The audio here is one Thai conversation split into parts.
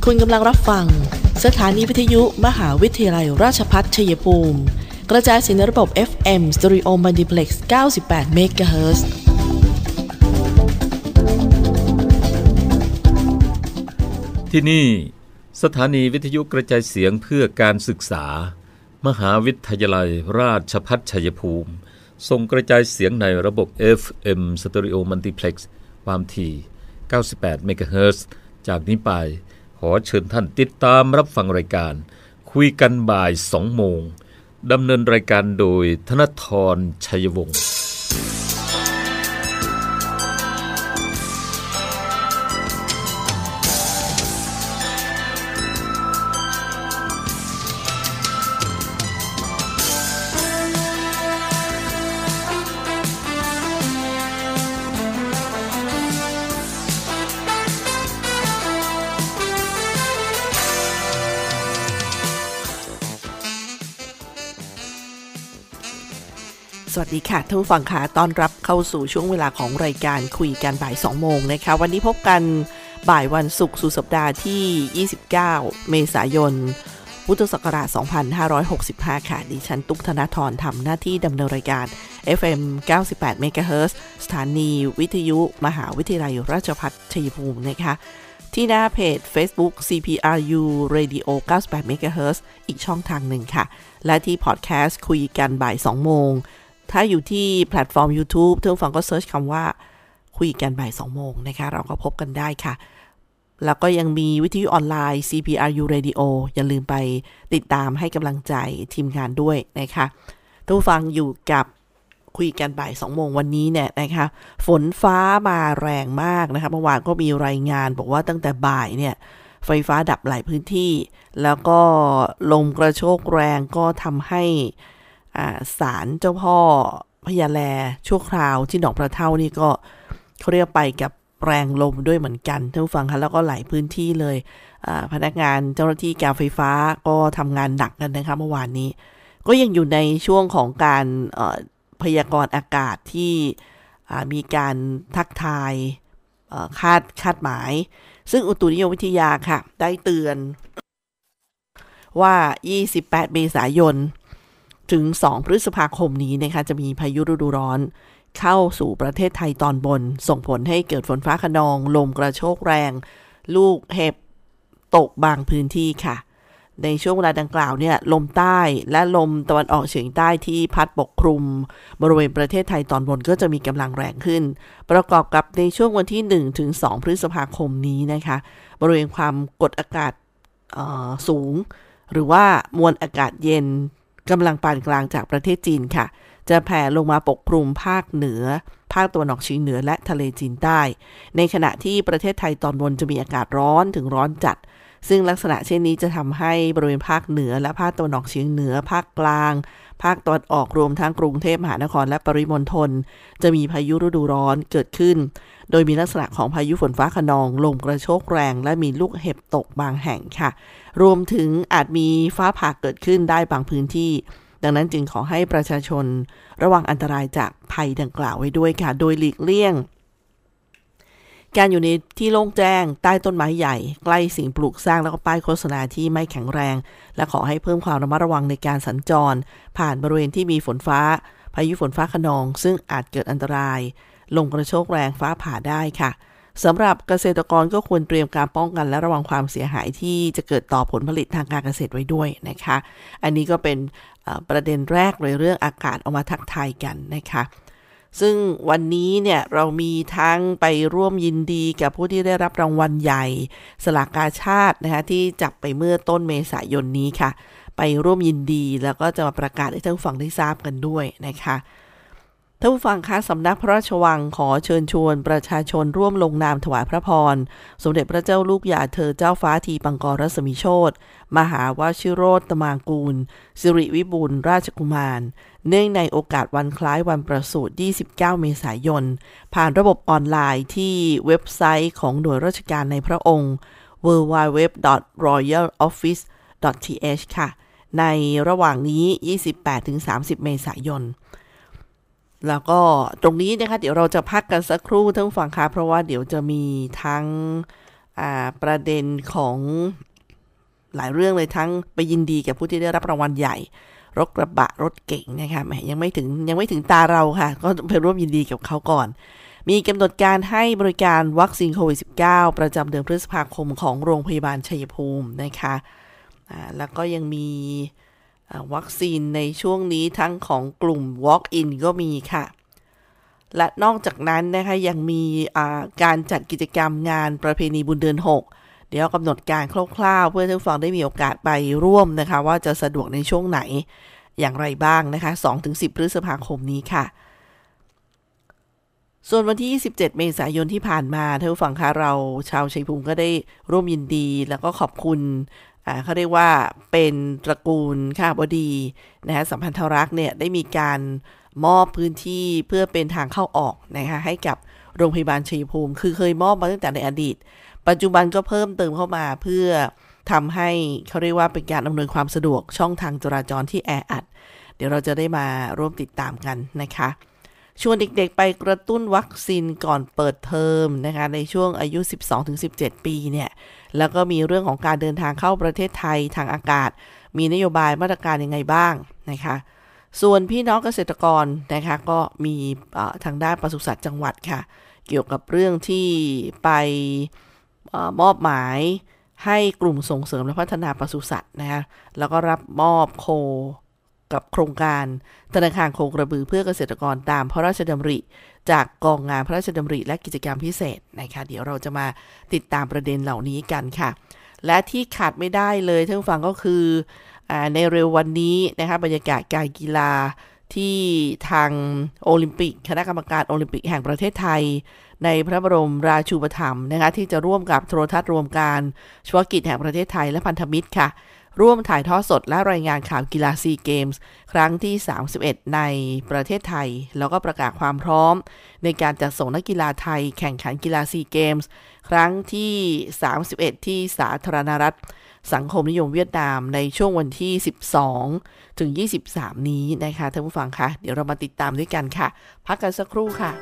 คุณกำลังรับฟังสถานีวิทยุมหาวิทยาลัยราชภัฏชัยภูมิกระจายเสียงในระบบ FM Stereo Multiplex 98 MHz ที่นี่สถานีวิทยุกระจายเสียงเพื่อการศึกษามหาวิทยาลัยราชภัฏชัยภูมิส่งกระจายเสียงในระบบ FM Stereo Multiplex ความถี่ 98 MHz จากนี้ไปขอเชิญท่านติดตามรับฟังรายการคุยกันบ่าย 2 โมงดำเนินรายการโดยธนธรชัยวงศ์สวัสดีค่ะท่านผู้ฟังค่ะต้อนรับเข้าสู่ช่วงเวลาของรายการคุยกันบ่าย 2 โมงนะคะวันนี้พบกันบ่ายวันศุกร์สุดสัปดาห์ที่29เมษายนพุทธศักราช2565ค่ะดิฉันตุ๊กธนธรทำหน้าที่ดำเนินรายการ FM 98 MHz สถานีวิทยุมหาวิทยาลัยราชภัฏชัยภูมินะคะที่หน้าเพจ Facebook CPRU Radio 98 MHz อีกช่องทางหนึ่งค่ะและที่พอดแคสต์คุยกันบ่าย 2 โมงถ้าอยู่ที่แพลตฟอร์ม YouTube ท่านผู้ฟังก็เซิร์ชคำว่าคุยกันบ่าย 2 โมงนะคะเราก็พบกันได้ค่ะแล้วก็ยังมีวิทยุออนไลน์ CPRU Radio อย่าลืมไปติดตามให้กำลังใจทีมงานด้วยนะคะท่านผู้ฟังอยู่กับคุยกันบ่าย 2 โมงวันนี้เนี่ยนะคะฝนฟ้ามาแรงมากนะคะเมื่อวานก็มีรายงานบอกว่าตั้งแต่บ่ายเนี่ยไฟฟ้าดับหลายพื้นที่แล้วก็ลมกระโชกแรงก็ทำให้ศาลเจ้าพ่อพญาแลชั่วคราวที่หนองประเท่านี่ก็เขาเรียกไปกับแรงลมด้วยเหมือนกันท่านผู้ฟังคะแล้วก็หลายพื้นที่เลยพนักงานเจ้าหน้าที่การไฟฟ้าก็ทำงานหนักกันนะคะเมื่อวานนี้ก็ยังอยู่ในช่วงของการพยากรณ์อากาศที่มีการทักทายคาดหมายซึ่งอุตุนิยมวิทยาค่ะได้เตือนว่า28 เมษายนถึง 2 พฤษภาคมนี้นะคะจะมีพายุฤดูร้อนเข้าสู่ประเทศไทยตอนบนส่งผลให้เกิดฝนฟ้าคะนองลมกระโชกแรงลูกเห็บตกบางพื้นที่ค่ะในช่วงเวลาดังกล่าวเนี่ยลมใต้และลมตะวันออกเฉียงใต้ที่พัดปกคลุมบริเวณประเทศไทยตอนบนก็จะมีกำลังแรงขึ้นประกอบกับในช่วงวันที่1ถึง2พฤษภาคมนี้นะคะบริเวณความกดอากาศสูงหรือว่ามวลอากาศเย็นกำลังปานกลางจากประเทศจีนค่ะจะแผ่ลงมาปกคลุมภาคเหนือภาคตะวันออกเฉียงเหนือและทะเลจีนใต้ในขณะที่ประเทศไทยตอนบนจะมีอากาศร้อนถึงร้อนจัดซึ่งลักษณะเช่นนี้จะทำให้บริเวณภาคเหนือและภาคตะวันออกเฉียงเหนือภาคกลางภาคตะวันออกรวมทั้งกรุงเทพมหานครและปริมณฑลจะมีพายุฤดูร้อนเกิดขึ้นโดยมีลักษณะของพายุฝนฟ้าคะนองลมกระโชกแรงและมีลูกเห็บตกบางแห่งค่ะรวมถึงอาจมีฟ้าผ่าเกิดขึ้นได้บางพื้นที่ดังนั้นจึงขอให้ประชาชนระวังอันตรายจากภัยดังกล่าวไว้ด้วยค่ะโดยหลีกเลี่ยงการอยู่ในที่โล่งแจ้งใต้ต้นไม้ใหญ่ใกล้สิ่งปลูกสร้างแล้วก็ป้ายโฆษณาที่ไม่แข็งแรงและขอให้เพิ่มความระมัดระวังในการสัญจรผ่านบริเวณที่มีฝนฟ้าพายุฝนฟ้าคะนองซึ่งอาจเกิดอันตรายลมกระโชกแรงฟ้าผ่าได้ค่ะสำหรับเกษตรกรก็ควรเตรียมการป้องกันและระวังความเสียหายที่จะเกิดต่อผลผลิตทางการเกษตรไว้ด้วยนะคะอันนี้ก็เป็นประเด็นแรกเลยเรื่องอากาศเอามาทักทายกันนะคะซึ่งวันนี้เนี่ยเรามีทั้งไปร่วมยินดีกับผู้ที่ได้รับรางวัลใหญ่สลากกาชาดนะคะที่จับไปเมื่อต้นเมษายนนี้ค่ะไปร่วมยินดีแล้วก็จะมาประกาศให้ท่านผู้ฟังได้ทราบกันด้วยนะคะท่านผู้ฟังคะสำนักพระราชวังขอเชิญชวนประชาชนร่วมลงนามถวายพระพรสมเด็จพระเจ้าลูกหย่าเธอเจ้าฟ้าทีปังกรรัศมีโชติมหาวชิโรตมางกูลสิริวิบูลย์ราชกุมารเนื่องในโอกาสวันคล้ายวันประสูติ29 เมษายนผ่านระบบออนไลน์ที่เว็บไซต์ของหน่วยราชการในพระองค์ www.royaloffice.th ค่ะในระหว่างนี้ 28-30 เมษายน แล้วก็ตรงนี้นะคะเดี๋ยวเราจะพักกันสักครู่ท่านผู้ฟังคะเพราะว่าเดี๋ยวจะมีทั้งประเด็นของหลายเรื่องเลยทั้งไปยินดีกับผู้ที่ได้รับรางวัลใหญ่รถกระบะรถเก๋งนะคะยังไม่ถึงตาเราค่ะก็ไปร่วมยินดีกับเขาก่อนมีกำหนดการให้บริการวัคซีนโควิด -19 ประจำเดือนพฤษภาคมของโรงพยาบาลชัยภูมินะคะแล้วก็ยังมีวัคซีนในช่วงนี้ทั้งของกลุ่ม Walk-in ก็มีค่ะและนอกจากนั้นนะคะยังมีการจัดกิจกรรมงานประเพณีบุญเดือน6เดี๋ยวกำหนดการคร่าวๆเพื่อให้ผู้ฟังได้มีโอกาสไปร่วมนะคะว่าจะสะดวกในช่วงไหนอย่างไรบ้างนะคะ 2-10 พฤษภาคมนี้ค่ะส่วนวันที่27เมษายนที่ผ่านมาท่านผู้ฟังคะเราชาวชัยภูมิก็ได้ร่วมยินดีแล้วก็ขอบคุณเขาเรียกว่าเป็นตระกูลข้าบดีนะคะสัมพันธรักษ์เนี่ยได้มีการมอบพื้นที่เพื่อเป็นทางเข้าออกนะคะให้กับโรงพยาบาลชัยภูมิคือเคยมอบมาตั้งแต่ในอดีตปัจจุบันก็เพิ่มเติมเข้ามาเพื่อทำให้เขาเรียกว่าเป็นการอำนวยความสะดวกช่องทางจราจรที่แออัดเดี๋ยวเราจะได้มาร่วมติดตามกันนะคะชวนเด็กๆไปกระตุ้นวัคซีนก่อนเปิดเทอมนะคะในช่วงอายุ 12-17 ปีเนี่ยแล้วก็มีเรื่องของการเดินทางเข้าประเทศไทยทางอากาศมีนโยบายมาตรการยังไงบ้างนะคะส่วนพี่น้องเกษตรกรนะคะก็มีทางด้านปศุสัตว์จังหวัดค่ะเกี่ยวกับเรื่องที่ไปมอบหมายให้กลุ่มส่งเสริมและพัฒนาปศุสัตว์นะคะแล้วก็รับมอบโคกับโครงการธนาคารโคกระบือเพื่อเกษตรกรตามพระราชดำริจากกองงานพระราชดำริและกิจกรรมพิเศษนะคะเดี๋ยวเราจะมาติดตามประเด็นเหล่านี้กันค่ะและที่ขาดไม่ได้เลยท่านผู้ฟังก็คือในเร็ววันนี้นะคะบรรยากาศการกีฬาที่ทางโอลิมปิกคณะกรรมการโอลิมปิกแห่งประเทศไทยในพระบรมราชูปถัมภ์นะคะที่จะร่วมกับโทรทัศน์รวมการเฉพาะกิจแห่งประเทศไทยและพันธมิตรค่ะร่วมถ่ายทอดสดและรายงานข่าวกีฬาซีเกมส์ครั้งที่31ในประเทศไทยแล้วก็ประกาศความพร้อมในการจัดส่งนักกีฬาไทยแข่งขันกีฬาซีเกมส์ครั้งที่31ที่สาธารณรัฐสังคมนิยมเวียดนามในช่วงวันที่12ถึง23นี้นะคะท่านผู้ฟังคะเดี๋ยวเรามาติดตามด้วยกันค่ะพักกันสักครู่ค่ะ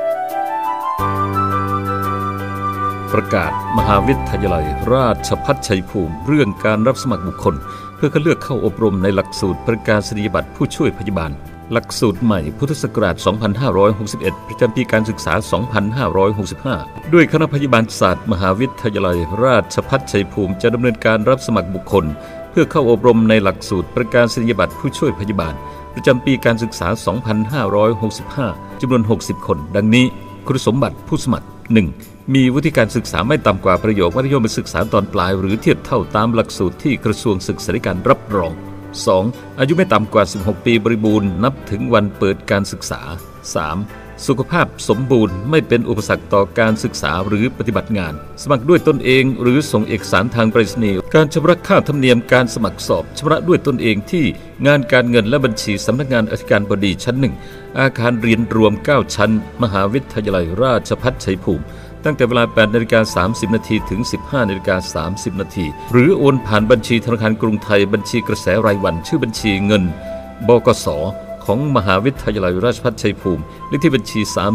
ประกาศมหาวิทยาลัยราชภัฏชัยภูมิเรื่องการรับสมัครบุคคลเพื่อคัดเลือกเข้าอบรมในหลักสูตรประกาศนียบัตรผู้ช่วยพยาบาลหลักสูตรใหม่พุทธศักราช 2561 ประจำปีการศึกษา 2565 ด้วยคณะพยาบาลศาสตร์มหาวิทยาลัยราชภัฏชัยภูมิจะดำเนินการรับสมัครบุคคลเพื่อเข้าอบรมในหลักสูตรประกาศนียบัตรผู้ช่วยพยาบาลประจำปีการศึกษา 2565 จำนวน 60 คนดังนี้คุณสมบัติผู้สมัคร 1. มีวุฒิการศึกษาไม่ต่ำกว่าประโยคมัธยมศึกษาตอนปลายหรือเทียบเท่าตามหลักสูตรที่กระทรวงศึกษาธิการรับรอง 2. อายุไม่ต่ำกว่า16ปีบริบูรณ์นับถึงวันเปิดการศึกษา 3. สุขภาพสมบูรณ์ไม่เป็นอุปสรรคต่อการศึกษาหรือปฏิบัติงานสมัครด้วยตนเองหรือส่งเอกสารทางไปรษณีย์การชำระค่าธรรมเนียมการสมัครสอบชำระด้วยตนเองที่งานการเงินและบัญชีสำนักงานอธิการบดีชั้น 1อาคารเรียนรวม9ชั้นมหาวิทยาลัยราชภัฏชัยภูมิตั้งแต่เวลา 8:30 น.ถึง 15:30 น.หรือโอนผ่านบัญชีธนาคารกรุงไทยบัญชีกระแสรายวันชื่อบัญชีเงินบกส.ของมหาวิทยาลัยราชภัฏชัยภูมิเลขที่บัญชี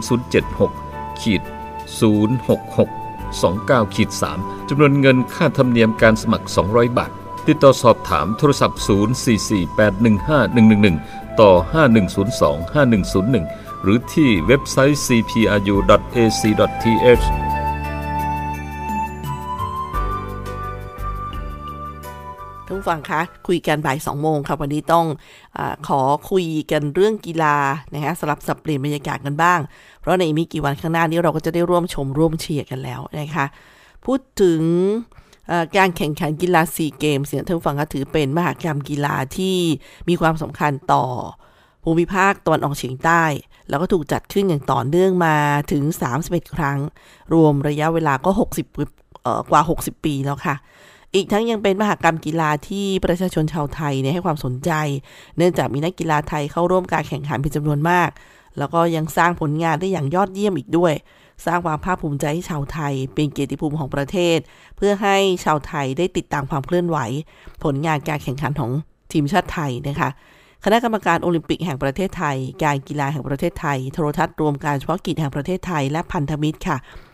3076-06629-3 จำนวนเงินค่าธรรมเนียมการสมัคร200 บาทติดต่อสอบถามโทรศัพท์ 044811111 ต่อ 5102-5101 หรือที่เว็บไซต์ cpru.ac.th ท่านผู้ฟังคะคุยกันบ่าย 2 โมงครับวันนี้ต้องขอคุยกันเรื่องกีฬานะคะสลับสับเปลี่ยนบรรยากาศกันบ้างเพราะในไม่กี่วันข้างหน้านี้เราก็จะได้ร่วมชมร่วมเชียร์กันแล้วนะคะพูดถึงการแข่งขันกีฬาซีเกมส์เนี่ยท่านผู้ฟังก็ถือเป็นมหกรรมกีฬาที่มีความสำคัญต่อภูมิภาคตะวันออกเฉียงใต้แล้วก็ถูกจัดขึ้นอย่างต่อเนื่องมาถึง31ครั้งรวมระยะเวลาก็กว่า60ปีแล้วค่ะอีกทั้งยังเป็นมหกรรมกีฬาที่ประชาชนชาวไทยเนี่ยให้ความสนใจเนื่องจากมีนักกีฬาไทยเข้าร่วมการแข่งขันเป็นจำนวนมากแล้วก็ยังสร้างผลงานได้อย่างยอดเยี่ยมอีกด้วยสร้างความภาคภูมิใจให้ชาวไทยเป็นเกียรติภูมิของประเทศเพื่อให้ชาวไทยได้ติดตามความเคลื่อนไหวผลงานการแข่งขันของทีมชาติไทยนะคะคณะกรรมการโอลิมปิกแห่งประเทศไทยการกีฬาแห่งประเทศไทยโทรทัศน์รวมการเฉพาะกิจแห่งประเทศไทยและพันธมิตรค่ะ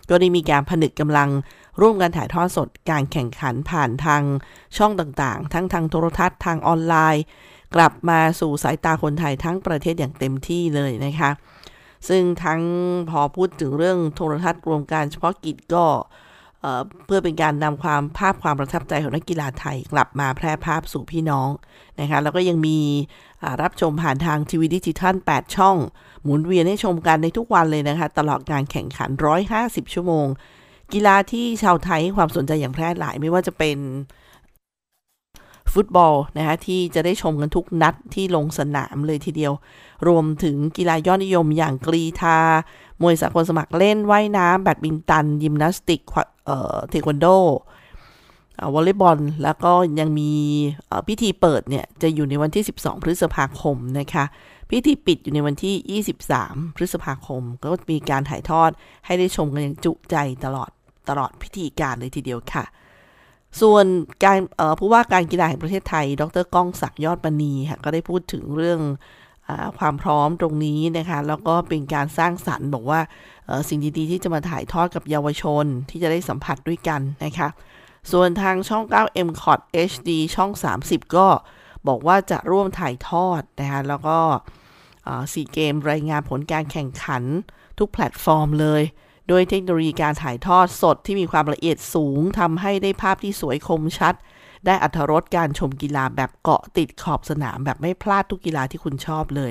ก็ได้มีการผนึกกำลังร่วมกันถ่ายทอดสดการแข่งขันผ่านทางช่องต่างๆทั้งทางโทรทัศน์ทางออนไลน์กลับมาสู่สายตาคนไทยทั้งประเทศอย่างเต็มที่เลยนะคะซึ่งทั้งพอพูดถึงเรื่องโทรทัศน์รวมการเฉพาะกิจก็เพื่อเป็นการนำความประทับใจของนักกีฬาไทยกลับมาแพร่ภาพสู่พี่น้องนะคะแล้วก็ยังมีรับชมผ่านทางทีวีดิจิทัล8ช่องหมุนเวียนให้ชมกันในทุกวันเลยนะคะตลอดการแข่งขัน150ชั่วโมงกีฬาที่ชาวไทยให้ความสนใจอย่างแพร่หลายไม่ว่าจะเป็นฟุตบอลนะคะที่จะได้ชมกันทุกนัดที่ลงสนามเลยทีเดียวรวมถึงกีฬายอดนิยมอย่างกรีฑามวยสากลสมัครเล่นว่ายน้ำแบดมินตันยิมนาสติกเทควันโดวอลเลย์บอลแล้วก็ยังมีพิธีเปิดเนี่ยจะอยู่ในวันที่12พฤษภาคมนะคะพิธีปิดอยู่ในวันที่23พฤษภาคมก็มีการถ่ายทอดให้ได้ชมกันอย่างจุใจตลอดพิธีการเลยทีเดียวค่ะส่วนการผู้ว่าการกีฬาแห่งประเทศไทยดร.ก้องศักดิ์ยอดมณีค่ะก็ได้พูดถึงเรื่องความพร้อมตรงนี้นะคะแล้วก็เป็นการสร้างสรรค์บอกว่าสิ่งดีๆที่จะมาถ่ายทอดกับเยาวชนที่จะได้สัมผัสด้วยกันนะคะส่วนทางช่อง 9 MCOT HD ช่อง 30ก็บอกว่าจะร่วมถ่ายทอดนะคะแล้วก็ซีเกมรายงานผลการแข่งขันทุกแพลตฟอร์มเลยโดยเทคโนโลยีการถ่ายทอดสดที่มีความละเอียดสูงทำให้ได้ภาพที่สวยคมชัดได้อรรถรสการชมกีฬาแบบเกาะติดขอบสนามแบบไม่พลาดทุกกีฬาที่คุณชอบเลย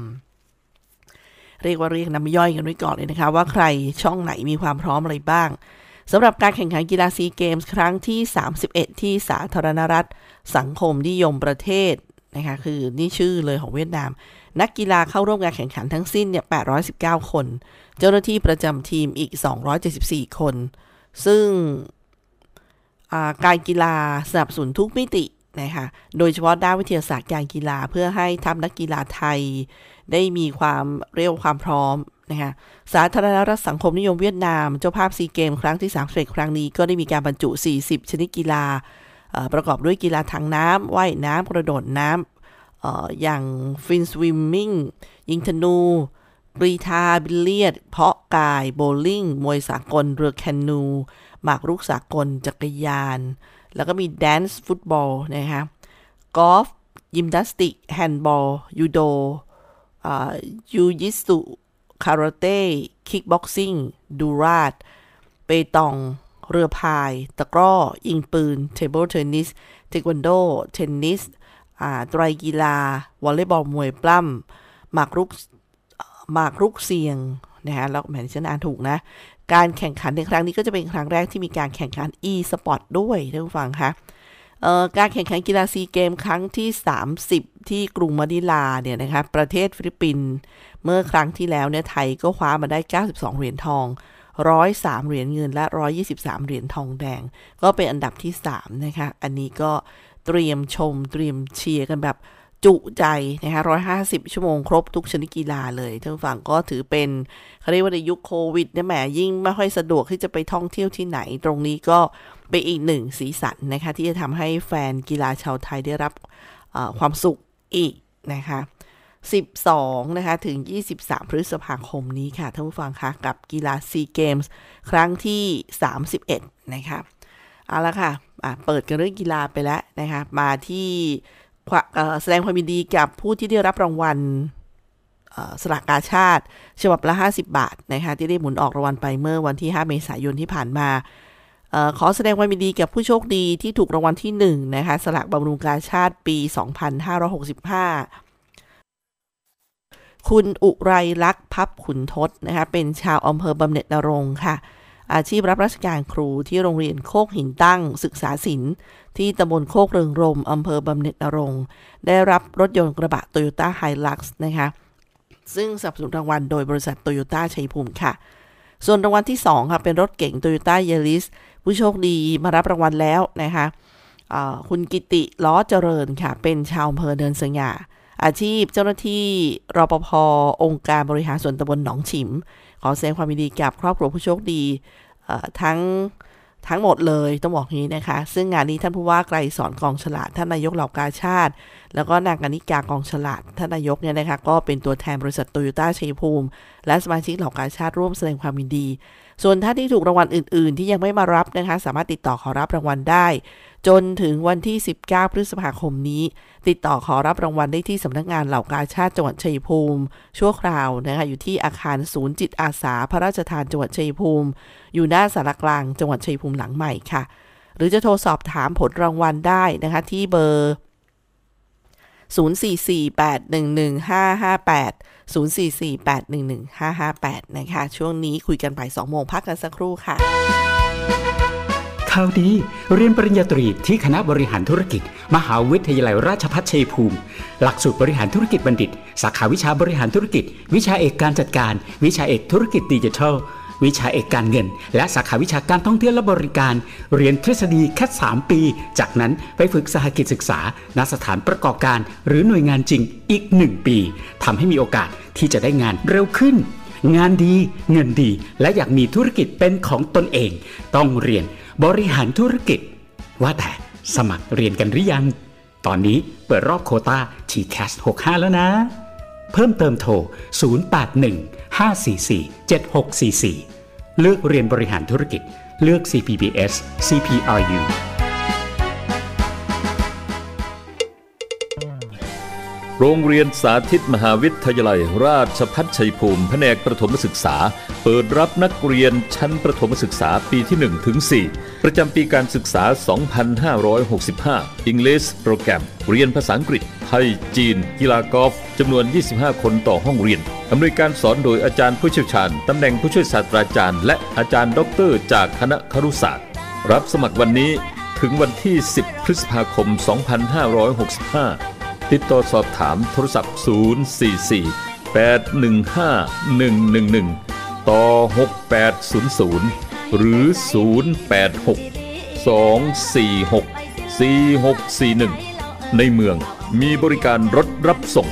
เรียกน้ำย่อยกันไว้ก่อนเลยนะคะว่าใครช่องไหนมีความพร้อมอะไรบ้างสำหรับการแข่งขันกีฬาซีเกมส์ครั้งที่31ที่สาธารณรัฐสังคมนิยมประเทศนะคะคือนี่ชื่อเลยของเวียดนามนักกีฬาเข้าร่วมการแข่งขันทั้งสิ้นเนี่ย819คนเจ้าหน้าที่ประจำทีมอีก274คนซึ่งการกีฬาสนับสนุนทุกมิตินะคะโดยเฉพาะด้านวิทยาศาสตร์การกีฬาเพื่อให้ทัพนักกีฬาไทยได้มีความความพร้อมนะคะสาธารณรัฐสังคมนิยมเวียดนามเจ้าภาพซีเกมครั้งที่31ครั้งนี้ก็ได้มีการบรรจุ40ชนิดกีฬาประกอบด้วยกีฬาทางน้ำว่ายน้ำกระโดดน้ำอย่างฟินสวิมมิ่งยิงธนูกรีฑาบิลเลียดเพาะกายโบว์ลิ่งมวยสากลเรือแคนูหมากรุกสากลจักรยานแล้วก็มีแดนซ์ฟุตบอลนะคะกอล์ฟยิมนาสติกแฮนด์บอลยูโดยูยิสุคาราเต้คิกบ็อกซิ่งดูราดเปตองเรือพายตะกร้อยิงปืนเทเบิลเทนนิสเทควันโดเทนนิสไตรกีฬาวอลเลย์บอลมวยปล้ำหมากรุกเสี่ยงนะคะแล้วแหมฉันอ่านถูกนะการแข่งขันในครั้งนี้ก็จะเป็นครั้งแรกที่มีการแข่งขัน e-sport ด้วยท่านผู้ฟังคะการแข่งขันกีฬาซีเกมครั้งที่30ที่กรุงมะนิลาเนี่ยนะคะประเทศฟิลิปปินส์เมื่อครั้งที่แล้วเนี่ยไทยก็คว้ามาได้92เหรียญทอง103เหรียญเงินและ123เหรียญทองแดงก็เป็นอันดับที่3นะคะอันนี้ก็เตรียมชมเตรียมเชียร์กันแบบจุใจนะคะ150ชั่วโมงครบทุกชนิดกีฬาเลยท่านผู้ฟังก็ถือเป็นเขาเรียกว่าในยุคโควิดเนี่ยแหมยิ่งไม่ค่อยสะดวกที่จะไปท่องเที่ยวที่ไหนตรงนี้ก็เป็นอีกหนึ่งสีสันนะคะที่จะทำให้แฟนกีฬาชาวไทยได้รับความสุขอีกนะคะ12นะคะถึง23พฤษภาคมนี้ค่ะท่านผู้ฟังคะกับกีฬาซีเกมส์ครั้งที่31นะคะเอาละค่ะเปิดกันเรื่องกีฬาไปแล้วนะคะมาที่แสดงความยินดีกับผู้ที่ได้รับรางวัลสลากกาชาดฉบับละ50 บาทนะคะที่ได้หมุนออกรางวัลไปเมื่อวันที่5เมษายนที่ผ่านมาขอแสดงความยินดีกับผู้โชคดีที่ถูกรางวัลที่1นะคะสลากบำรุงกาชาดปี2565คุณอุไรลักษณ์พับขุนทศนะคะเป็นชาวอำเภอบำเหน็จนรงค์ค่ะอาชีพรับราชการครูที่โรงเรียนโคกหินตั้งศึกษาศิลป์ที่ตำบลโคกเริงรมอำเภอบำเหน็จนรงค์ได้รับรถยนต์กระบะ Toyota Hilux นะคะซึ่งสนับสนุนรางวัลโดยบริษัท Toyota ชัยภูมิค่ะส่วนรางวัลที่2ค่ะเป็นรถเก๋ง Toyota Yaris ผู้โชคดีมารับรางวัลแล้วนะคะคุณกิติล้อเจริญค่ะเป็นชาวอำเภอเนินสง่าอาชีพเจ้าหน้าที่รปภ.องค์การบริหารส่วนตำบลหนองฉิมขอแสดงความยินดีกับครอบครัวผู้โชคดีทั้งทั้งหมดเลยต้องบอกงี้นะคะซึ่งงานนี้ท่านผู้ว่าไกรสอนกองฉลาดท่านนายกเหล่ากาชาติแล้วก็นางกนิกากองฉลาดท่านนายกเนี่ยนะคะก็เป็นตัวแทนบริษัทโตโยต้าชัยภูมิและสมาชิกเหล่ากาชาติร่วมแสดงความยินดีส่วนท่านที่ถูกรางวัลอื่นๆที่ยังไม่มารับนะคะสามารถติดต่อขอรับรางวัลได้จนถึงวันที่19พฤษภาคมนี้ติดต่อขอรับรางวัลได้ที่สำนักงานเหล่ากาชาติจังหวัดชัยภูมิชั่วคราวนะคะอยู่ที่อาคารศูนย์จิตอาสาพระราชทานจังหวัดชัยภูมิอยู่หน้าศาลากลางจังหวัดชัยภูมิหลังใหม่ค่ะหรือจะโทรสอบถามผลรางวัลได้นะคะที่เบอร์0448115558 0448115558นะคะช่วงนี้คุยกันบ่าย 2 โมงพักกันสักครู่ค่ะข่าวดีเรียนปริญญาตรีที่คณะบริหารธุรกิจมหาวิทยาลัยราชภัฏชัยภูมิหลักสูตรบริหารธุรกิจบัณฑิตสาขาวิชาบริหารธุรกิจวิชาเอกการจัดการวิชาเอกธุรกิจดิจิทัลวิชาเอกการเงินและสาขาวิชาการท่องเที่ยวและบริการเรียนทฤษฎีแค่3 ปีจากนั้นไปฝึกสหกิจศึกษาณสถานประกอบการหรือหน่วยงานจริงอีก1 ปีทำให้มีโอกาสที่จะได้งานเร็วขึ้นงานดีเงินดีและอยากมีธุรกิจเป็นของตนเองต้องเรียนบริหารธุรกิจว่าแต่สมัครเรียนกันหรือยังตอนนี้เปิดรอบโควต้า TCAS 65แล้วนะเพิ่มเติมโทร0815447644เลือกเรียนบริหารธุรกิจเลือก CPBS CPRU โรงเรียนสาธิตมหาวิทยาลัยราชภัฏชัยภูมิแผนกประถมศึกษาเปิดรับนักเรียนชั้นประถมศึกษาปีที่ 1-4 ประจำปีการศึกษา 2565 English โปรแกรมเรียนภาษาอังกฤษไทยจีนกีฬากอล์ฟจำนวน25 คนต่อห้องเรียนอำนวยการสอนโดยอาจารย์ผู้เชี่ยวชาญตำแหน่งผู้ช่วยศาสตราจารย์และอาจารย์ด็อกเตอร์จากคณะครุศาสตร์รับสมัครวันนี้ถึงวันที่10พฤษภาคม 2565ติดต่อสอบถามโทรศัพท์044-815-111ต่อ6800หรือ086-246-4641ในเมืองมีบริการรถรับส่ง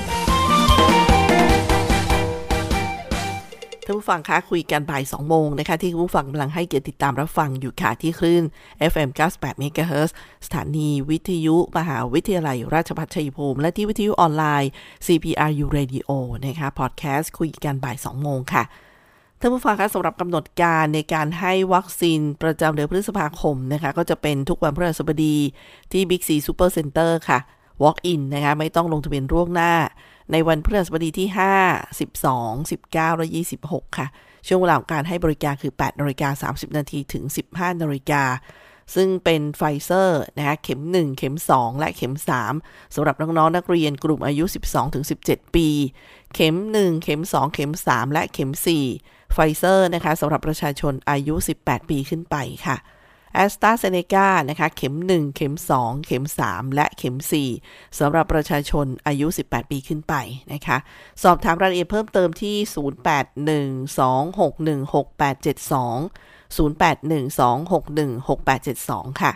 ท่านผู้ฟังคะคุยกันบ่าย 2 โมงนะคะที่คุณผู้ฟังกำลังให้เกียรติติดตามรับฟังอยู่ค่ะที่คลื่น FM 98 MHz สถานีวิทยุมหาวิทยาลัยราชภัฏชัยภูมิและที่วิทยุออนไลน์ CPRU Radio นะคะพอดแคสต์คุยกันบ่าย 2 โมงค่ะท่านผู้ฟังคะสำหรับกำหนดการในการให้วัคซีนประจำเดือนพฤษภาคมนะคะก็จะเป็นทุกวันพฤหัสบดีที่ Big C Super Center ค่ะ Walk in นะคะไม่ต้องลงทะเบียนล่วงหน้าในวันพฤหัสบดีที่5 12 19และ26ค่ะช่วงเวลาของการให้บริการคือ 8:30 น.ถึง 15:00 น.ซึ่งเป็นไฟเซอร์นะคะเข็ม1เข็ม2และเข็ม3สำหรับน้องๆนักเรียนกลุ่มอายุ 12-17 ปีเข็ม1เข็ม2เข็ม3และเข็ม4ไฟเซอร์นะคะสำหรับประชาชนอายุ18ปีขึ้นไปค่ะAstraZeneca นะคะเข็ม1เข็ม2เข็ม3และเข็ม4สำหรับประชาชนอายุ18ปีขึ้นไปนะคะสอบถามรายละเอียดเพิ่มเติมที่0812616872 0812616872ค่ะ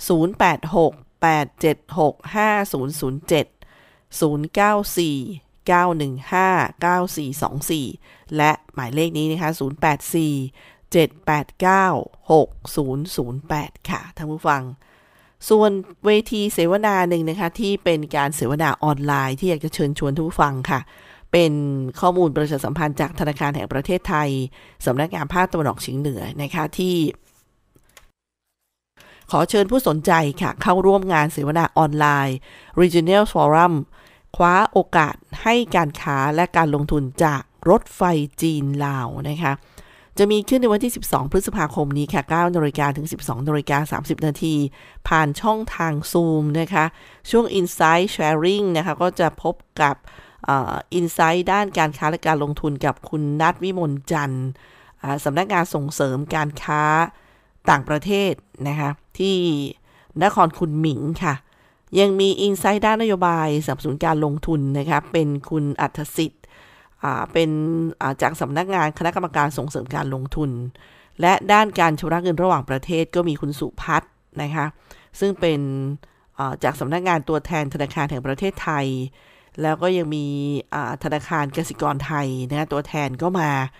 0868765007 094-915-9424และหมายเลขนี้นะคะ084-789-6008ค่ะท่านผู้ฟังส่วนเวทีเสวนาหนึ่งนะคะที่เป็นการเสวนาออนไลน์ที่อยากจะเชิญชวนท่านผู้ฟังค่ะเป็นข้อมูลประชาสัมพันธ์จากธนาคารแห่งประเทศไทยสำนักงานภาคตะวันออกเฉียงเหนือนะคะที่ขอเชิญผู้สนใจค่ะเข้าร่วมงานเสวนาออนไลน์ Regional Forum คว้าโอกาสให้การค้าและการลงทุนจากรถไฟจีนลาวนะคะจะมีขึ้นในวันที่12พฤษภาคมนี้ค่ะ 9:00 น. ถึง 12:30 น. ผ่านช่องทาง Zoom นะคะช่วง Insight Sharing นะคะก็จะพบกับInsight ด้านการค้าและการลงทุนกับคุณนัทวิมลจันทร์สำนักงานส่งเสริมการค้าต่างประเทศนะคะที่นครคุนหมิงค่ะยังมี Insight ด้านนโยบายสนับสนุนการลงทุนนะคะเป็นคุณอัธสิทธิ์เป็นจากสำนักงานคณะกรรมการส่งเสริมการลงทุนและด้านการชำระเงินระหว่างประเทศก็มีคุณสุพัฒน์นะคะซึ่งเป็นจากสำนักงานตัวแทนธนาคารแห่งประเทศไทยแล้วก็ยังมีธนาคารกสิกรไทยนะตัวแทนก็มา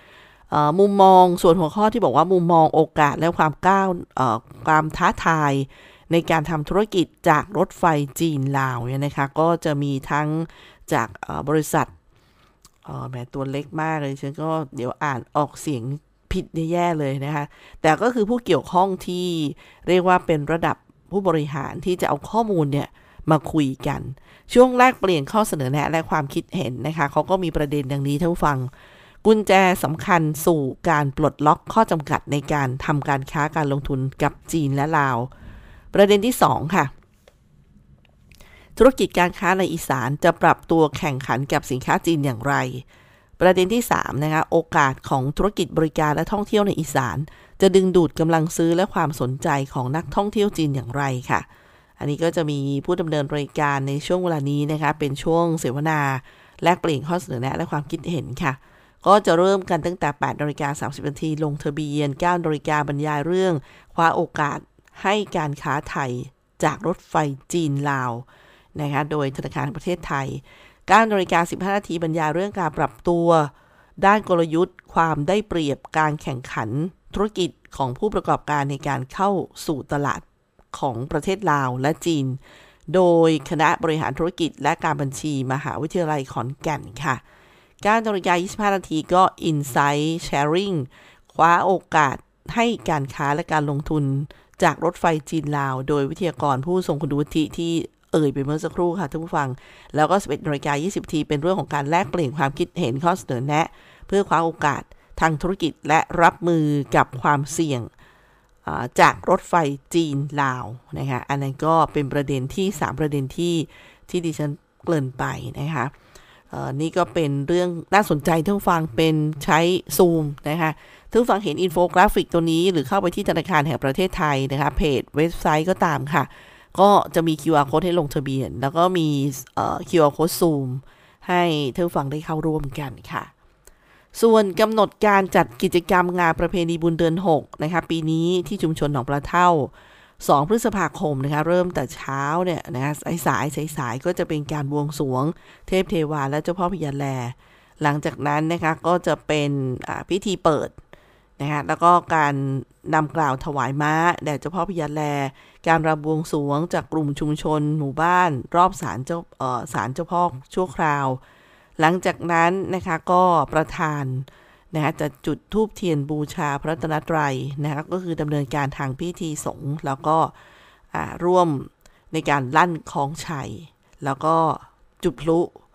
มุมมองส่วนหัวข้อที่บอกว่ามุมมองโอกาสและความท้าทายในการทำธุรกิจจากรถไฟจีนลาวเนี่ยนะคะก็จะมีทั้งจากบริษัทแหมตัวเล็กมากเลยฉันก็เดี๋ยวอ่านออกเสียงผิดแย่เลยนะคะแต่ก็คือผู้เกี่ยวข้องที่เรียกว่าเป็นระดับผู้บริหารที่จะเอาข้อมูลเนี่ยมาคุยกันช่วงแรกเปลี่ยนข้อเสนอแนะและความคิดเห็นนะคะเขาก็มีประเด็นดังนี้ท่านผู้ฟังกุญแจสำคัญสู่การปลดล็อกข้อจำกัดในการทำการค้าการลงทุนกับจีนและลาวประเด็นที่2ค่ะธุรกิจการค้าในอีสานจะปรับตัวแข่งขันกับสินค้าจีนอย่างไรประเด็นที่3นะคะโอกาสของธุรกิจบริการและท่องเที่ยวในอีสานจะดึงดูดกำลังซื้อและความสนใจของนักท่องเที่ยวจีนอย่างไรค่ะอันนี้ก็จะมีผู้ดำเนินรายการในช่วงเวลานี้นะคะเป็นช่วงเสวนาแลกเปลี่ยนข้อเสนอแนะและความคิดเห็นค่ะก็จะเริ่มกันตั้งแต่ 8:30 น.ลงทะเบียน 9:00 น.บรรยายเรื่องคว้าโอกาสให้การค้าไทยจากรถไฟจีนลาวนะคะโดยธนาคารแห่งประเทศไทย 9:15 น.บรรยายเรื่องการปรับตัวด้านกลยุทธ์ความได้เปรียบการแข่งขันธุรกิจของผู้ประกอบการในการเข้าสู่ตลาดของประเทศลาวและจีนโดยคณะบริหารธุรกิจและการบัญชีมหาวิทยาลัยขอนแก่นค่ะ 9:25 น.ก็ Insight Sharing คว้าโอกาสให้การค้าและการลงทุนจากรถไฟจีนลาวโดยวิทยากรผู้ทรงคุณวุฒิที่เอ่ยไปเมื่อสักครู่ค่ะท่านผู้ฟังแล้วก็ 11:20 น.เป็นเรื่องของการแลกเปลี่ยนความคิดเห็นข้อเสนอแนะเพื่อคว้าโอกาสทางธุรกิจและรับมือกับความเสี่ยงจากรถไฟจีนลาวนะคะอันนั้นก็เป็นประเด็นที่3ประเด็นที่ดิฉันเกริ่นไปนะคะนี่ก็เป็นเรื่องน่าสนใจท่านผู้ฟังเป็นใช้ซูมนะคะท่านผู้ฟังเห็นอินโฟกราฟิกตัวนี้หรือเข้าไปที่ธนาคารแห่งประเทศไทยนะคะเพจเว็บไซต์ก็ตามค่ะก็จะมี QR Code ให้ลงทะเบียนแล้วก็มีQR Code Zoom ให้ท่านผู้ฟังได้เข้าร่วมกันค่ะส่วนกำหนดการจัดกิจกรรมงานประเพณีบุญเดือน6นะคะปีนี้ที่ชุมชนหนองปลาเท่า2 พฤษภาคมนะคะเริ่มแต่เช้าเนี่ยนะคะสายก็จะเป็นการบวงสรวงเทพเทวาและเจ้าพ่อพญาแลหลังจากนั้นนะคะก็จะเป็นพิธีเปิดนะคะแล้วก็การนำกล่าวถวายม้าแด่เจ้าพ่อพญาแลการรำบวงสรวงจากกลุ่มชุมชนหมู่บ้านรอบศาลเจ้าพ่อชั่วคราวหลังจากนั้นนะคะก็ประธานนะคะจะจุดธูปเทียนบูชาพระรัตนตรัยนะคะก็คือดำเนินการทางพิธีสงฆ์แล้วก็ร่วมในการลั่นคล้องชัยแล้วก็จุดพลุ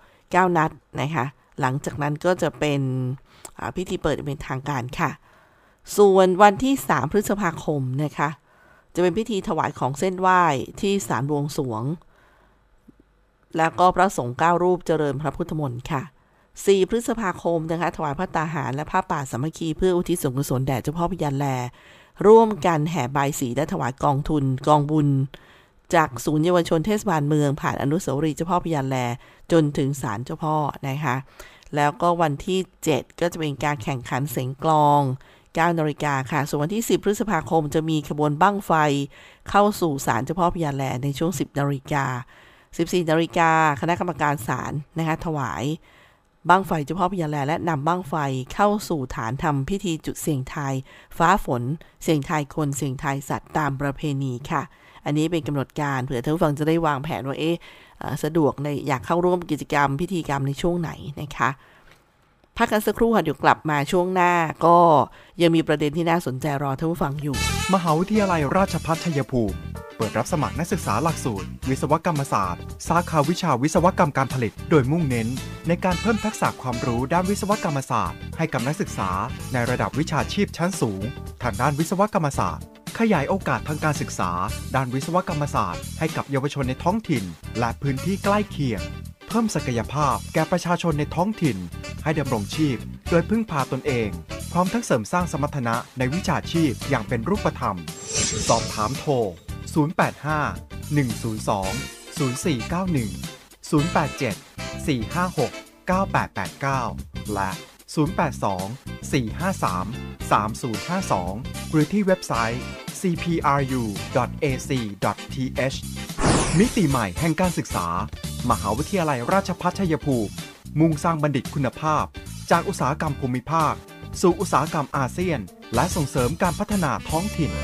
9 นัดนะคะหลังจากนั้นก็จะเป็นพิธีเปิดเป็นทางการค่ะส่วนวันที่3 พฤษภาคมนะคะจะเป็นพิธีถวายของเส้นไหว้ที่ศาลบวงสรวงแล้วก็พระสงฆ์9 รูปเจริญพระพุทธมนต์ค่ะ4 พฤษภาคมนะคะถวายพระตาหารและผ้าป่าสามัคคีเพื่ออุทิศส่วนกุศลแด่เจ้าพ่อพญาแลร่วมกันแห่บายสีและถวายกองทุนกองบุญจากศูนย์เยาวชนเทศบาลเมืองผ่านอนุสาวรีย์เจ้าพ่อพญาแลจนถึงศาลเจ้าพ่อนะคะแล้วก็วันที่7ก็จะเป็นการแข่งขันเสียงกลอง9 นาฬิกาค่ะส่วนวันที่10 พฤษภาคมจะมีขบวนบั้งไฟเข้าสู่ศาลเจ้าพ่อพญาแลในช่วง 10 นาฬิกา 14 นาฬิกาคณะกรรมการศาลนะคะถวายบั้งไฟเจ้าพ่อพญาแลและนำบั้งไฟเข้าสู่ฐานทำพิธีจุดเสี่ยงทายฟ้าฝนเสี่ยงทายคนเสี่ยงทายสัตว์ตามประเพณีค่ะอันนี้เป็นกำหนดการเผื่อท่านผู้ฟังจะได้วางแผนว่าสะดวกในอยากเข้าร่วมกิจกรรมพิธีกรรมในช่วงไหนนะคะพักกันสักครู่ค่ะเดี๋ยวกลับมาช่วงหน้าก็ยังมีประเด็นที่น่าสนใจรอท่านผู้ฟังอยู่มหาวิทยาลัยราชภัฏชัยภูมิเปิดรับสมัครนักศึกษาหลักสูตรวิศวกรรมศาสตร์สาขาวิชาวิศวกรรมการผลิตโดยมุ่งเน้นในการเพิ่มทักษะความรู้ด้านวิศวกรรมศาสตร์ให้กับนักศึกษาในระดับวิชาชีพชั้นสูงทางด้านวิศวกรรมศาสตร์ขยายโอกาสทางการศึกษาด้านวิศวกรรมศาสตร์ให้กับเยาวชนในท้องถิ่นและพื้นที่ใกล้เคียงเพิ่มศักยภาพแก่ประชาชนในท้องถิ่นให้ดำรงชีพโดยพึ่งพาตนเองพร้อมทั้งเสริมสร้างสมรรถนะในวิชาชีพอย่างเป็นรูปธรรมสอบถามโทร085-102-0491 087-456-9889 และ082-453-3052 หรือที่เว็บไซต์ cpru.ac.th มิติใหม่แห่งการศึกษามหาวิทยาลัยราชภัฏชัยภูมิมุ่งสร้างบัณฑิตคุณภาพจากอุตสาหกรรมภูมิภาคสู่อุตสาหกรรมอาเซียนและส่งเสริมการพัฒนาท้องถิ่น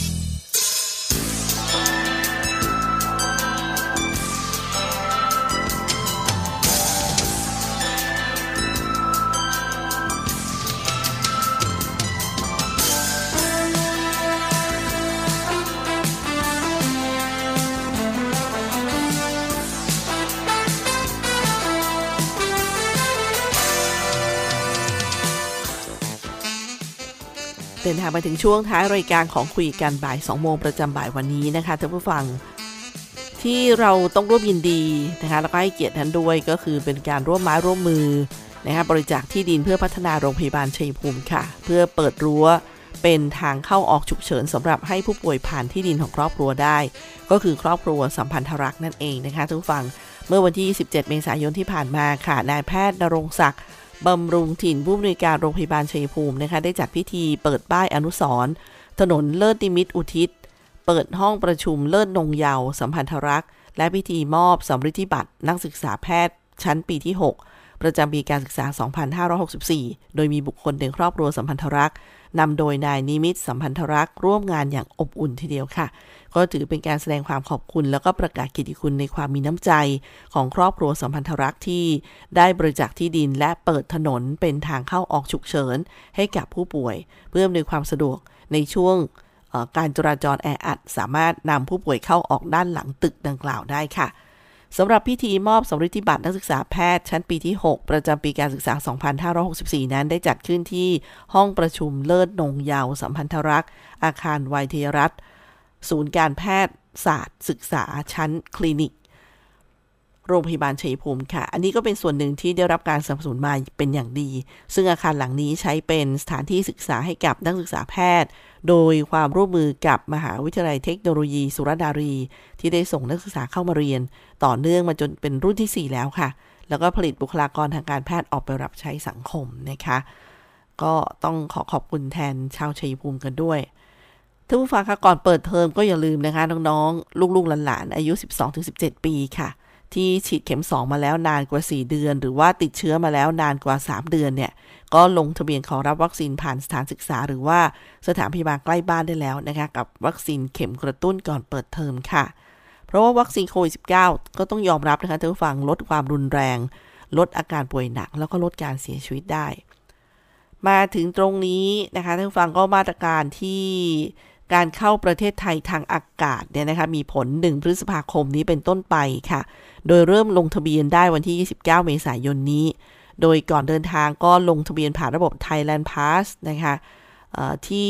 เดินทางมาถึงช่วงท้ายรายการของคุยกันบ่าย 2 โมงประจำบ่ายวันนี้นะคะท่านผู้ฟังที่เราต้องร่วมยินดีนะคะแล้วก็ให้เกียรติท่านด้วยก็คือเป็นการร่วมไม้ร่วมมือนะคะบริจาคที่ดินเพื่อพัฒนาโรงพยาบาลชัยภูมิค่ะเพื่อเปิดรั้วเป็นทางเข้าออกฉุกเฉินสำหรับให้ผู้ป่วยผ่านที่ดินของครอบครัวได้ก็คือครอบครัวสัมพันธรักษ์นั่นเองนะคะท่านผู้ฟังเมื่อวันที่27เมษายนที่ผ่านมาค่ะนายแพทย์ณรงค์ศักดิ์บำรุงถิ่นผู้อำนวยการโรงพยาบาลชัยภูมินะคะได้จัดพิธีเปิดป้ายอนุสรณ์ถนนเลิศนิมิตรอุทิศเปิดห้องประชุมเลิศนงเยาว์สัมพันธรักษ์และพิธีมอบสำริดบัตรนักศึกษาแพทย์ชั้นปีที่6ประจำปีการศึกษา2564โดยมีบุคคลในครอบครัวสัมพันธรักษ์นำโดยนายนิมิตรสัมพันธรักษ์ร่วมงานอย่างอบอุ่นทีเดียวค่ะก็ถือเป็นการแสดงความขอบคุณแล้วก็ประกาศเกียรติคุณในความมีน้ำใจของครอบครัวสัมพันธรักษ์ที่ได้บริจาคที่ดินและเปิดถนนเป็นทางเข้าออกฉุกเฉินให้กับผู้ป่วยเพื่ออำนวยความสะดวกในช่วงการจราจรแออัดสามารถนำผู้ป่วยเข้าออกด้านหลังตึกดังกล่าวได้ค่ะสำหรับพิธีมอบสำริดบัตรนักศึกษาแพทย์ชั้นปีที่6ประจำปีการศึกษา2564นั้นได้จัดขึ้นที่ห้องประชุมเลิศนงเยาว์สัมพันธรักษ์อาคารวัยทยรัฐศูนย์การแพทย์ศาสตร์ศึกษาชั้นคลินิกโรงพยาบาลชัยภูมิค่ะอันนี้ก็เป็นส่วนหนึ่งที่ได้รับการสนับสนุนมาเป็นอย่างดีซึ่งอาคารหลังนี้ใช้เป็นสถานที่ศึกษาให้กับนักศึกษาแพทย์โดยความร่วมมือกับมหาวิทยาลัยเทคโนโลยีสุรนารีที่ได้ส่งนักศึกษาเข้ามาเรียนต่อเนื่องมาจนเป็นรุ่นที่4แล้วค่ะแล้วก็ผลิตบุคลากรทางการแพทย์ออกไปรับใช้สังคมนะคะก็ต้องขอบคุณแทนชาวชัยภูมิกันด้วยท่านผู้ฟังคะก่อนเปิดเทอมก็อย่าลืมนะคะน้องๆลูกๆหลานๆอายุ 12-17 ปีค่ะที่ฉีดเข็ม2มาแล้วนานกว่า4เดือนหรือว่าติดเชื้อมาแล้วนานกว่า3เดือนเนี่ยก็ลงทะเบียนขอรับวัคซีนผ่านสถานศึกษาหรือว่าสถานพยาบาลใกล้บ้านได้แล้วนะคะกับวัคซีนเข็มกระตุ้นก่อนเปิดเทอมค่ะเพราะว่าวัคซีนโควิด -19 ก็ต้องยอมรับนะคะท่านผู้ฟังลดความรุนแรงลดอาการป่วยหนักแล้วก็ลดการเสียชีวิตได้มาถึงตรงนี้นะคะท่านผู้ฟังก็มาตรการที่การเข้าประเทศไทยทางอากาศเนี่ยนะคะมีผล1พฤษภาคมนี้เป็นต้นไปค่ะโดยเริ่มลงทะเบียนได้วันที่29เมษายนนี้โดยก่อนเดินทางก็ลงทะเบียนผ่านระบบ Thailand Pass นะคะที่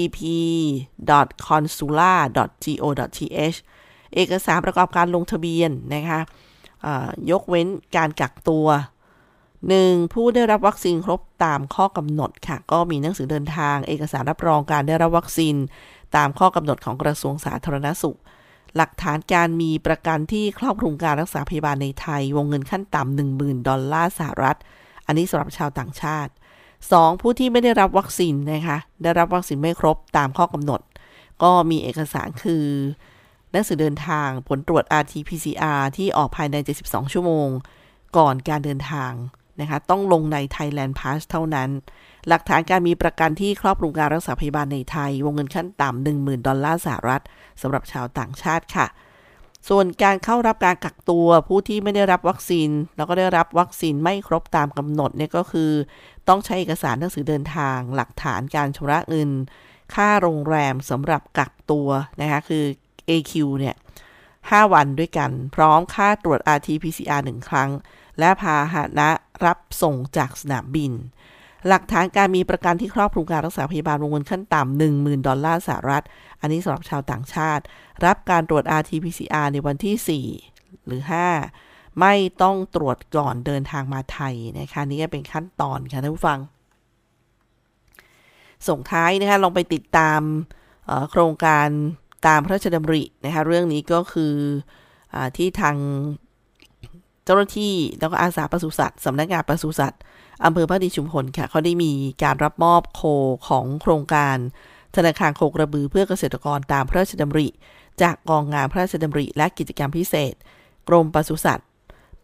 tp.consular.go.th เอกสารประกอบการลงทะเบียนนะคะยกเว้นการกักตัว1ผู้ได้รับวัคซีนครบตามข้อกำหนดค่ะก็มีหนังสือเดินทางเอกสารรับรองการได้รับวัคซีนตามข้อกำหนดของกระทรวงสาธารณสุขหลักฐานการมีประกันที่ครอบคลุมการรักษาพยาบาลในไทยวงเงินขั้นต่ำ $10,000 สหรัฐอันนี้สำหรับชาวต่างชาติ2ผู้ที่ไม่ได้รับวัคซีนนะคะได้รับวัคซีนไม่ครบตามข้อกำหนดก็มีเอกสารคือหนังสือเดินทางผลตรวจ RT-PCR ที่ออกภายใน72ชั่วโมงก่อนการเดินทางนะคะต้องลงใน Thailand Pass เท่านั้นหลักฐานการมีประกันที่ครอบคลุมการรักษาพยาบาลในไทยวงเงินขั้นต่ำ $10,000 สหรัฐสำหรับชาวต่างชาติค่ะส่วนการเข้ารับการกักตัวผู้ที่ไม่ได้รับวัคซีนแล้วก็ได้รับวัคซีนไม่ครบตามกำหนดเนี่ยก็คือต้องใช้เอกสารหนังสือเดินทางหลักฐานการชำระเงินค่าโรงแรมสำหรับกักตัวนะคะคือ AQ เนี่ย5วันด้วยกันพร้อมค่าตรวจ RT-PCR 1 ครั้งและพาหนะรับส่งจากสนามบินหลักฐานการมีประกันที่ครอบคลุมการรักษาพยาบาลวงเงินขั้นต่ำ $10,000 สหรัฐอันนี้สำหรับชาวต่างชาติรับการตรวจ RT-PCR ในวันที่4หรือ5ไม่ต้องตรวจก่อนเดินทางมาไทยนะคะนี่ก็เป็นขั้นตอนค่ะท่านผู้ฟังส่งท้ายนะคะลองไปติดตามโครงการตามพระราชดำรินะคะเรื่องนี้ก็คือที่ทางเจ้าหน้าที่แล้วก็อาสาปศุสัตว์สำนักงานปศุสัตว์อำเภอพระดีชุมพลค่ะเขาได้มีการรับมอบโคของโครงการธนาคารโคกระบือเพื่อเกษตรกรตามพระราชดำริจากกองงานพระราชดำริและกิจกรรมพิเศษกรมปศุสัตว์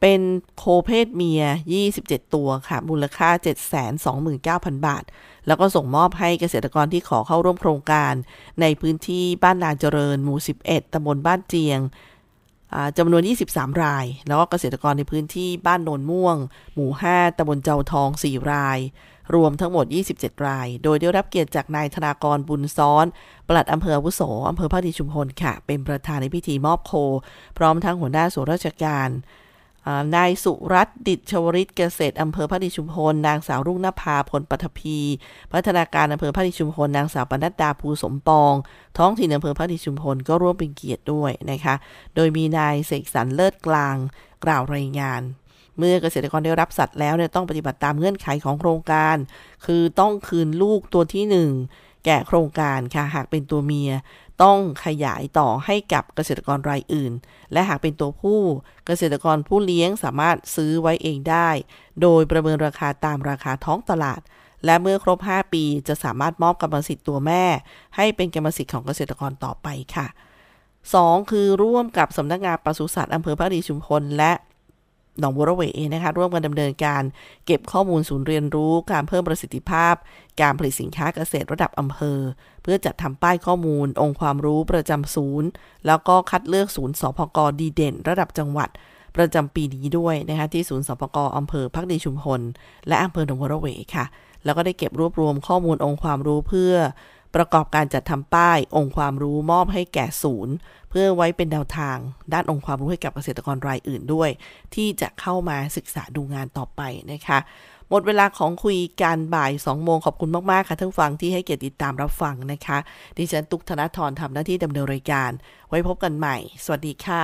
เป็นโคเพศเมีย27ตัวค่ะมูลค่า 729,000 บาทแล้วก็ส่งมอบให้เกษตรกรที่ขอเข้าร่วมโครงการในพื้นที่บ้านนาเจริญหมู่11ตำบลบ้านเจียงจำนวน23รายแล้วก็เกษตรกรในพื้นที่บ้านโนนม่วงหมู่5ตำบลเจ้าทอง4รายรวมทั้งหมด27รายโดยได้รับเกียรติจากนายธนากรบุญซ้อนปลัดอำเภออาวุโสอำเภอภาคดีชุมพลค่ะเป็นประธานในพิธีมอบโคพร้อมทั้งหัวหน้าส่วนราชการนายสุรัตน์ดิษฐ์ชวริตเกษตรอำเภอภาคดีชุมพลนางสาวรุ่งนภาพลปัทภีพัฒนาการอำเภอภาคดีชุมพลนางสาวปนัดดาภูสมปองท้องถิ่นอำเภอภาคดีชุมพลก็ร่วมเป็นเกียรติด้วยนะคะโดยมีนายเสกสรรเลิศกลางกล่าวรายงานเมื่อเกษตรกรได้รับสัตว์แล้วเนี่ยต้องปฏิบัติตามเงื่อนไขของโครงการคือต้องคืนลูกตัวที่1แก่โครงการค่ะหากเป็นตัวเมียต้องขยายต่อให้กับเกษตรกรรายอื่นและหากเป็นตัวผู้เกษตรกรผู้เลี้ยงสามารถซื้อไว้เองได้โดยประเมินราคาตามราคาท้องตลาดและเมื่อครบ5ปีจะสามารถมอบกรรมสิทธิ์ตัวแม่ให้เป็นกรรมสิทธิ์ของเกษตรกรต่อไปค่ะ2คือร่วมกับสำนักงานปศุสัตว์อำเภอภาคดีชุมพลและหนองบัวระเวนะคะร่วมกันดำเนินการเก็บข้อมูลศูนย์เรียนรู้การเพิ่มประสิทธิภาพการผลิตสินค้าเกษตรระดับอำเภอเพื่อจัดทำป้ายข้อมูลองค์ความรู้ประจำศูนย์แล้วก็คัดเลือกศูนย์สพก.ดีเด่นระดับจังหวัดประจำปีนี้ด้วยนะคะที่ศูนย์สพก.อำเภอภาคดีชุมพลและอำเภอหนองบัวระเวค่ะแล้วก็ได้เก็บรวบรวมข้อมูลองค์ความรู้เพื่อประกอบการจัดทำป้ายองค์ความรู้มอบให้แก่ศูนย์เพื่อไว้เป็นแนวทางด้านองค์ความรู้ให้กับเกษตรกรรายอื่นด้วยที่จะเข้ามาศึกษาดูงานต่อไปนะคะหมดเวลาของคุยกันบ่าย 2 โมงขอบคุณมากๆค่ะท่านฟังที่ให้เกียรติติดตามรับฟังนะคะดิฉันตุ๊กธนธรทำหน้าที่ดำเนินรายการไว้พบกันใหม่สวัสดีค่ะ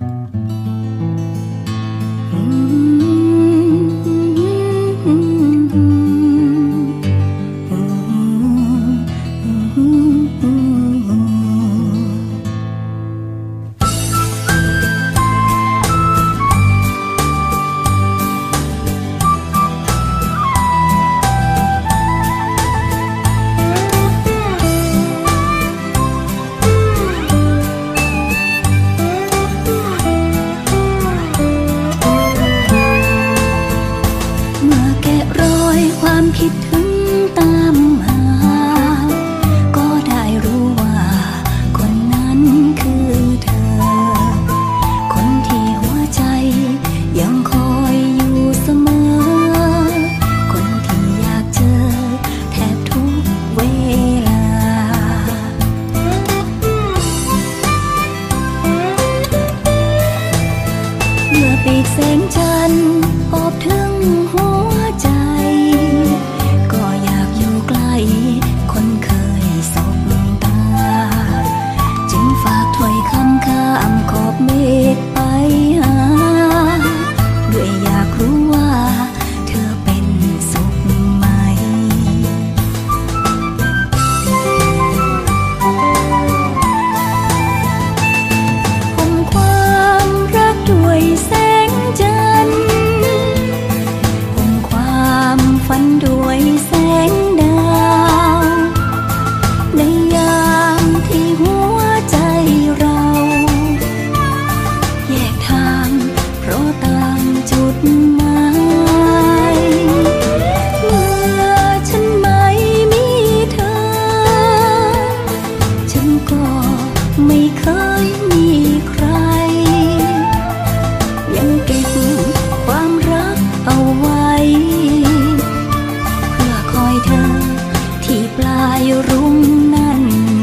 คิดถึงตามหาก็ได้รู้ว่าคนนั้นคือเธอคนที่หัวใจยังคอยอยู่เสมอคนที่อยากเจอแทบทุกเวลาเมื่อปีกแสงจันทร์โอบถึงหัวใจคนเคยสบตาจึงฝากถ้อยคำข้ามขอบเมฆไปหาด้วยอยากรู้ว่าเธอเป็นสุขไหมห่มความรักด้วยแสงจันทร์ห่มความฝันด้วยแสงดาวในยามที่หัวใจเราแยกทางเพราะต่างจุดหมายเมื่อฉันไม่มีเธอฉันก็ไม่เคยมีใครยังเก็บความรักเอาไว้เพื่อคอยเธอที่ปลายรุ่งนั้น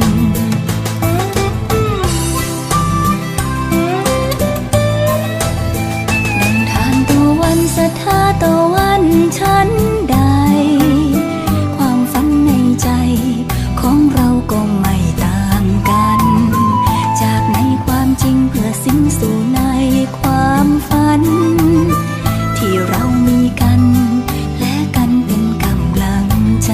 ดังทานตะวันสถาตะวันชั้นใดความฝันในใจของเราก็ไม่ต่างกันจากในความจริงเพื่อสิ้นสู่ในความฝันที่เรามีกันและกันเป็นกำลังใจ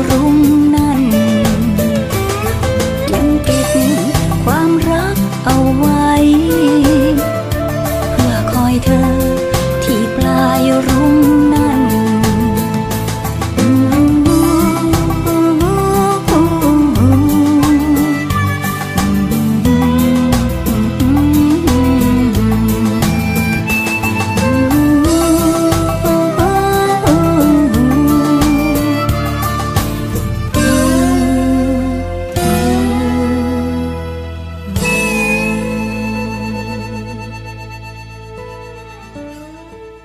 รุ่ง